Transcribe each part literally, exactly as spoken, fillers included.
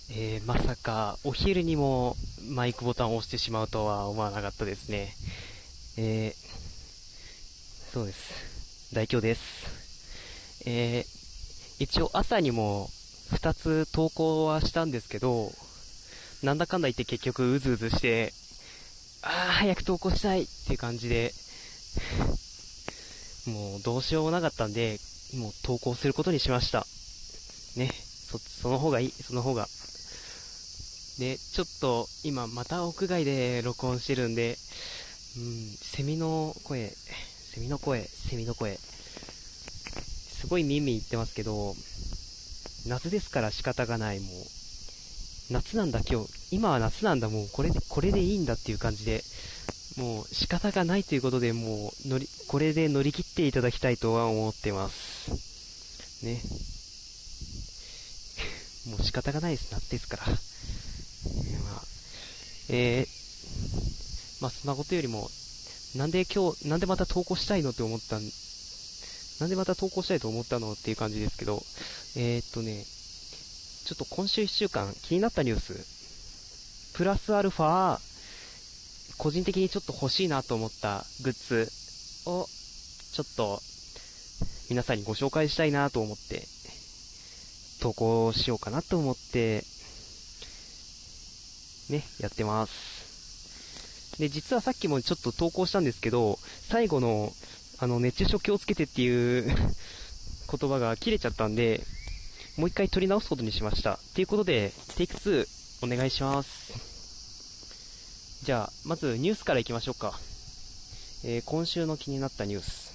えー、まさかお昼にもマイクボタンを押してしまうとは思わなかったですね。えー、そうです。大凶です。えー、一応朝にもふたつ投稿はしたんですけど、なんだかんだ言って結局うずうずして、あー早く投稿したいっていう感じで、もうどうしようもなかったんで、もう投稿することにしました。ね。そ、その方がいい、その方が。で、ちょっと今また屋外で録音してるんで、うん、セミの声、セミの声、セミの声、すごい耳言ってますけど、夏ですから仕方がない、もう。夏なんだ今日、今は夏なんだ、もうこれで、これでいいんだっていう感じで、もう仕方がないということで、もう乗り、これで乗り切っていただきたいとは思ってます。ね。もう仕方がないです、夏ですから。まあ、えー、まあそんなことよりも、なんで今日、なんでまた投稿したいのって思ったん、なんでまた投稿したいと思ったのっていう感じですけど、えー、っとね、ちょっと今週いっしゅうかん気になったニュース、プラスアルファ、個人的にちょっと欲しいなと思ったグッズを、ちょっと皆さんにご紹介したいなと思って、投稿しようかなと思って、ね、やってます。で、実はさっきもちょっと投稿したんですけど、最後の、あの、熱中症気をつけてっていう言葉が切れちゃったんで、もう一回撮り直すことにしました。ということで、テイクツー、お願いします。じゃあ、まずニュースからいきましょうか。えー、今週の気になったニュース。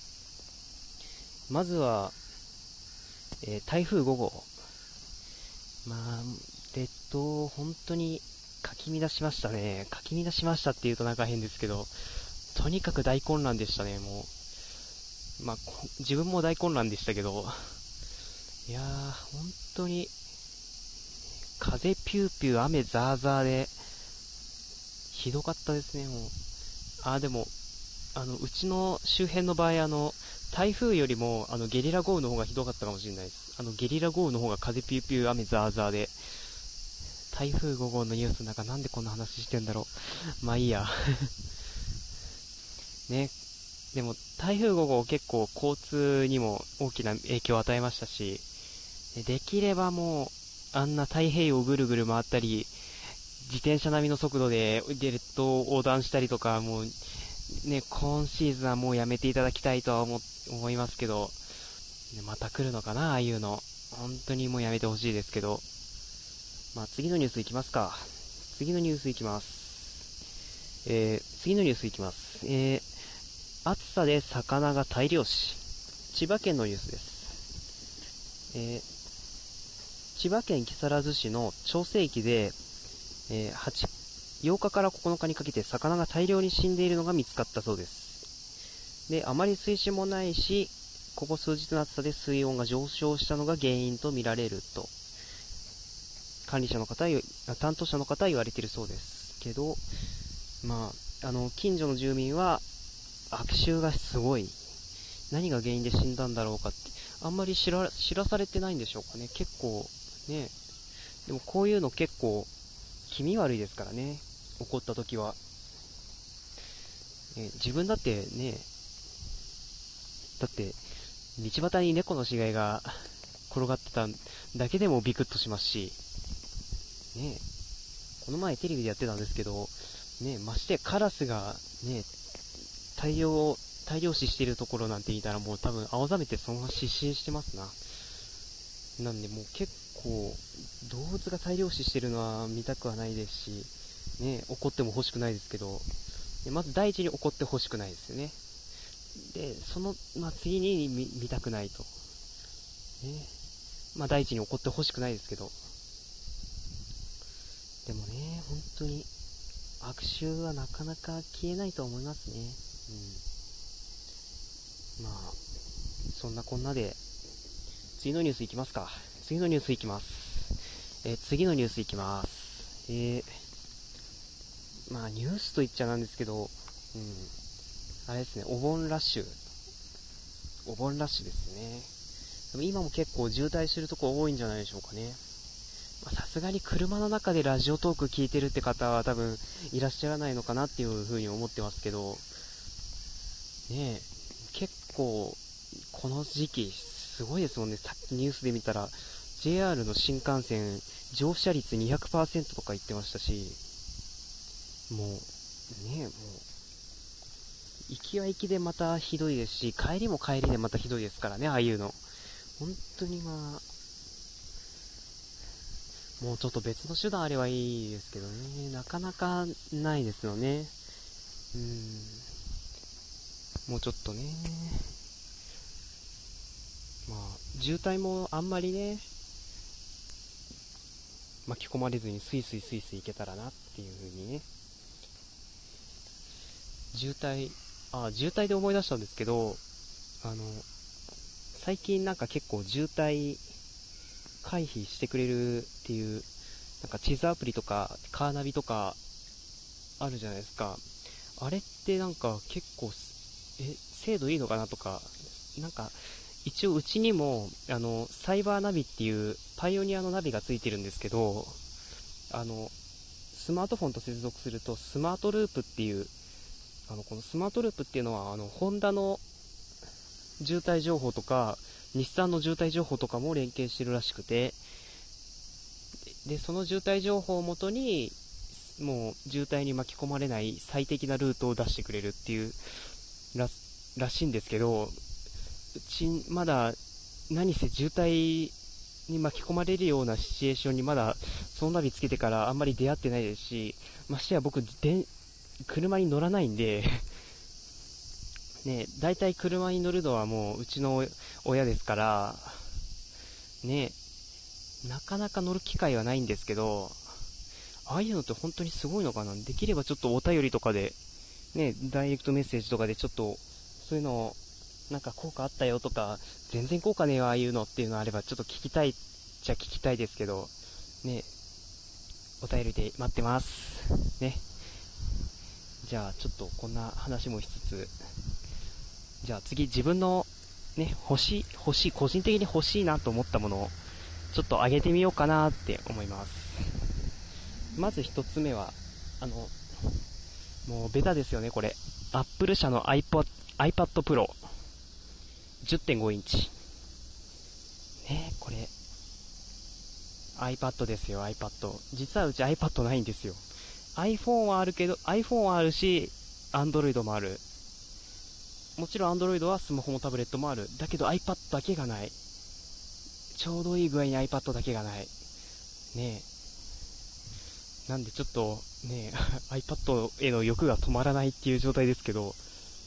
まずは、えー、台風ご号。まあ、列島、本当に、かき乱しましたね。かき乱しましたって言うとなんか変ですけど、とにかく大混乱でしたね、もう。まあ、自分も大混乱でしたけど、いやー、本当に、風ピューピュー、雨ザーザーで、ひどかったですね、もう。あー、でも、あの、うちの周辺の場合、あの、台風よりも、あの、ゲリラ豪雨の方がひどかったかもしれないです。あの、ゲリラ豪雨の方が風ピューピュー、雨ザーザーで、台風ご号のニュースの中なんでこんな話してんだろう。まあいいや。ね。でも、台風ご号結構交通にも大きな影響を与えましたし、できればもう、あんな太平洋をぐるぐる回ったり、自転車並みの速度で列島を横断したりとか、もう、ね、今シーズンはもうやめていただきたいとは思、思いますけど、ね、また来るのかな、ああいうの。本当にもうやめてほしいですけど。まあ次のニュースいきますか。次のニュースいきます。えー、次のニュースいきます。えー、暑さで魚が大量死。千葉県のニュースです。えー、千葉県木更津市の長生駅で、えー、はち、ようかからここのかにかけて魚が大量に死んでいるのが見つかったそうです。で、あまり水深もないし、ここ数日の暑さで水温が上昇したのが原因とみられると、管理者の方、担当者の方は言われているそうですけど、まあ、あの、近所の住民は、悪臭がすごい。何が原因で死んだんだろうかって、あんまり知ら、知らされてないんでしょうかね。結構、ね。でもこういうの結構、気味悪いですからね。怒った時は。ね、自分だってね、だって、道端に猫の死骸が転がってただけでもビクッとしますし、ね、この前テレビでやってたんですけど、ね、ましてカラスがね、大量、大量死してるところなんて見たらもう多分青ざめてそのまま失神してますな。なんでもう結構、動物が大量死してるのは見たくはないですし、ね、怒っても欲しくないですけど、まず第一に怒って欲しくないですよね。で、その、まあ、次に見見たくないと。ね。まあ、第一に怒って欲しくないですけど。でもね、本当に、悪臭はなかなか消えないと思いますね。うん。まあ、そんなこんなで、次のニュースいきますか。次のニュースいきます。えー、次のニュースいきます。えー、まあ、ニュースと言っちゃなんですけど、うん。あれですね、お盆ラッシュ。お盆ラッシュですね。でも今も結構渋滞してるところ多いんじゃないでしょうかね。 さすがに車の中でラジオトーク聞いてるって方は多分いらっしゃらないのかなっていう風に思ってますけど、ねえ、結構、この時期、すごいですもんね。さっきニュースで見たら、ジェイアール の新幹線、乗車率にひゃくパーセントとか言ってましたし、もう、ねえ、もう、行きは行きでまたひどいですし、帰りも帰りでまたひどいですからね、ああいうの。本当にまあ、もうちょっと別の手段あればいいですけどね、なかなかないですよね。うーん、もうちょっとね、まあ、渋滞もあんまりね、巻き込まれずにスイスイスイスイ行けたらなっていう風にね。渋滞、あ、渋滞で思い出したんですけど、あの、最近なんか結構渋滞回避してくれるっていう、なんか地図アプリとかカーナビとかあるじゃないですか。あれってなんか結構、え、精度いいのかなとか、なんか一応うちにもあのサイバーナビっていうパイオニアのナビがついてるんですけど、あのスマートフォンと接続するとスマートループっていう、あのこのスマートループっていうのはあのホンダの渋滞情報とか日産の渋滞情報とかも連携してるらしくて、でその渋滞情報をもとにもう渋滞に巻き込まれない最適なルートを出してくれるっていう ら, らしいんですけど、うちまだ何せ渋滞に巻き込まれるようなシチュエーションにまだそのナビつけてからあんまり出会ってないですし、ましてや僕で車に乗らないんでね、だいたい車に乗るのはもううちの親ですからね、なかなか乗る機会はないんですけど、ああいうのって本当にすごいのかな。できればちょっとお便りとかでね、ダイレクトメッセージとかでちょっとそういうのなんか効果あったよとか、全然効果ねえわああいうのっていうのあればちょっと聞きたいっちゃ聞きたいですけどね、お便りで待ってますね。じゃあちょっとこんな話もしつつ、じゃあ次自分のね、欲しい欲しい個人的に欲しいなと思ったものをちょっと上げてみようかなって思います。まず一つ目はあのもうベタですよね、これ。アップル社の iPod, iPad Pro じゅってんごインチね、これ iPad ですよ。 iPad 実はうち iPad ないんですよ。 iPhone はあるけど iPhone はあるし Android もある。もちろん Android はスマホもタブレットもある。だけど iPad だけがない。ちょうどいい具合に iPad だけがないね。えなんでちょっとねiPad への欲が止まらないっていう状態ですけど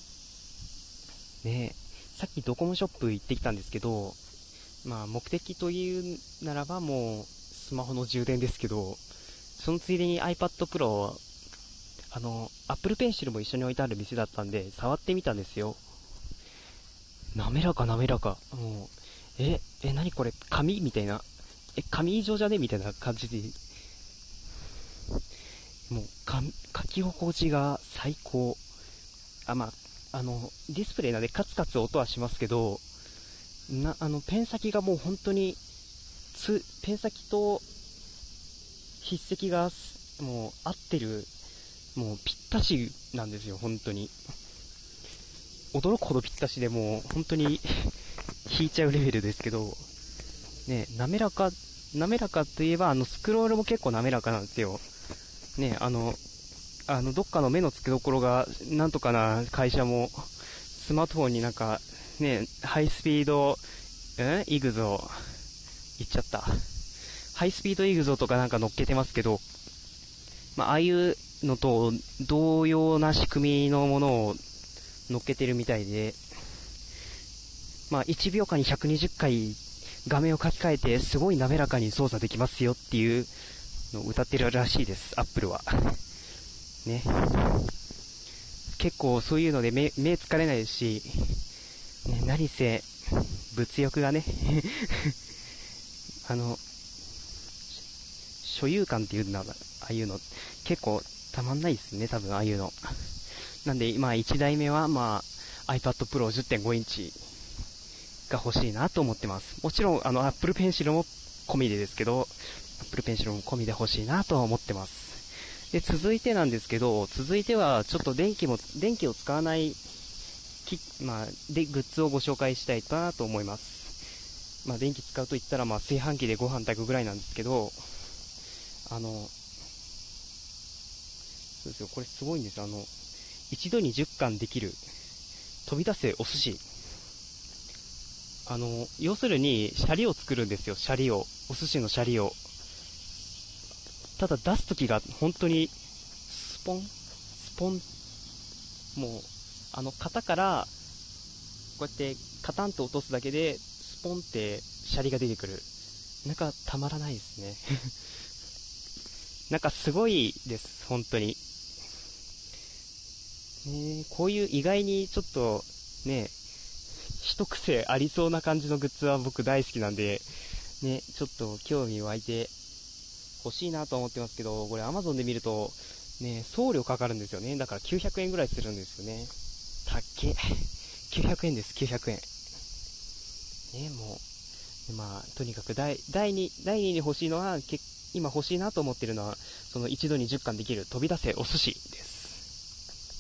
ね。えさっきドコモショップ行ってきたんですけど、まあ目的というならばもうスマホの充電ですけど、そのついでに iPad Pro、あの Apple Pencil も一緒に置いてある店だったんで触ってみたんですよ。滑らか滑らか。もうええ何これ紙みたいな、え紙以上じゃねみたいな感じで、もうか書き心地が最高。あまああのディスプレイなんでカツカツ音はしますけど、なあのペン先がもう本当につペン先と筆跡がもう合ってる、もうぴったしなんですよ。本当に驚くほどぴったしで、もう本当に引いちゃうレベルですけどね。滑らか滑らかといえばあのスクロールも結構滑らかなんですよね。あのあのどっかの目の付けどころがなんとかな会社もスマートフォンになんかね、ハイスピードんイグゾ言っちゃった。ハイスピードイグゾとかなんか乗っけてますけど、まあ、ああいうのと同様な仕組みのものを乗っけてるみたいで、まあ、いちびょうかんにひゃくにじゅっかい画面を書き換えてすごい滑らかに操作できますよっていうのを歌ってるらしいです、アップルはね。結構そういうので 目, 目疲れないですし、ね、何せ物欲がねあの所有感っていうんだ、ああいうの結構たまんないですね、多分ああいうの。なんでまあいちだいめはまあ iPad Pro じゅってんごインチが欲しいなと思ってます。もちろんあの Apple Pencil も込みでですけど Apple Pencil も込みで欲しいなと思ってます。で、続いてなんですけど、続いてはちょっと電気も、電気を使わないき、まあ、で、グッズをご紹介したいなと思います。まあ、電気使うと言ったら、まあ、炊飯器でご飯炊くぐらいなんですけど、あの、そうですよ、これすごいんですよ。あの、一度にじゅっかんできる、飛び出せお寿司。あの、要するに、シャリを作るんですよ、シャリを。お寿司のシャリを。ただ出すときが本当にスポンスポンもうあの型からこうやってカタンと落とすだけでスポンってシャリが出てくる。なんかたまらないですね。なんかすごいです本当にね。こういう意外にちょっとね一癖ありそうな感じのグッズは僕大好きなんでね、ちょっと興味湧いて欲しいなと思ってますけど、これ Amazon で見ると、ね、送料かかるんですよね。だからきゅうひゃくえんぐらいするんですよね。たっけ。きゅうひゃくえんです、きゅうひゃくえん。ね、もう、まあ、とにかく第、第2、第2に欲しいのは、け今欲しいなと思ってるのは、その一度にじゅっかんできる飛び出せお寿司です。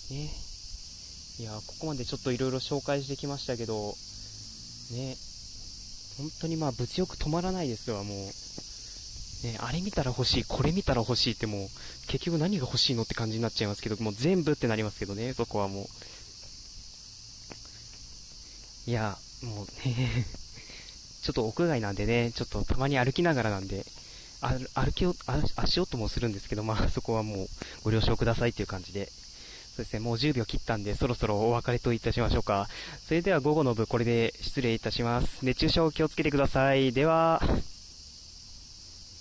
ね。いや、ここまでちょっといろいろ紹介してきましたけど、ね、本当にまあ物欲止まらないですわ、もう。ね、あれ見たら欲しい、これ見たら欲しいってもう、結局何が欲しいのって感じになっちゃいますけど、もう全部ってなりますけどね、そこはもう。いや、もうね、ちょっと屋外なんでね、ちょっとたまに歩きながらなんで、歩きを、足音もするんですけど、まあそこはもうご了承くださいっていう感じで。そうですね、もうじゅうびょう切ったんで、そろそろお別れといたしましょうか。それでは午後の部、これで失礼いたします。熱中症気をつけてください。では、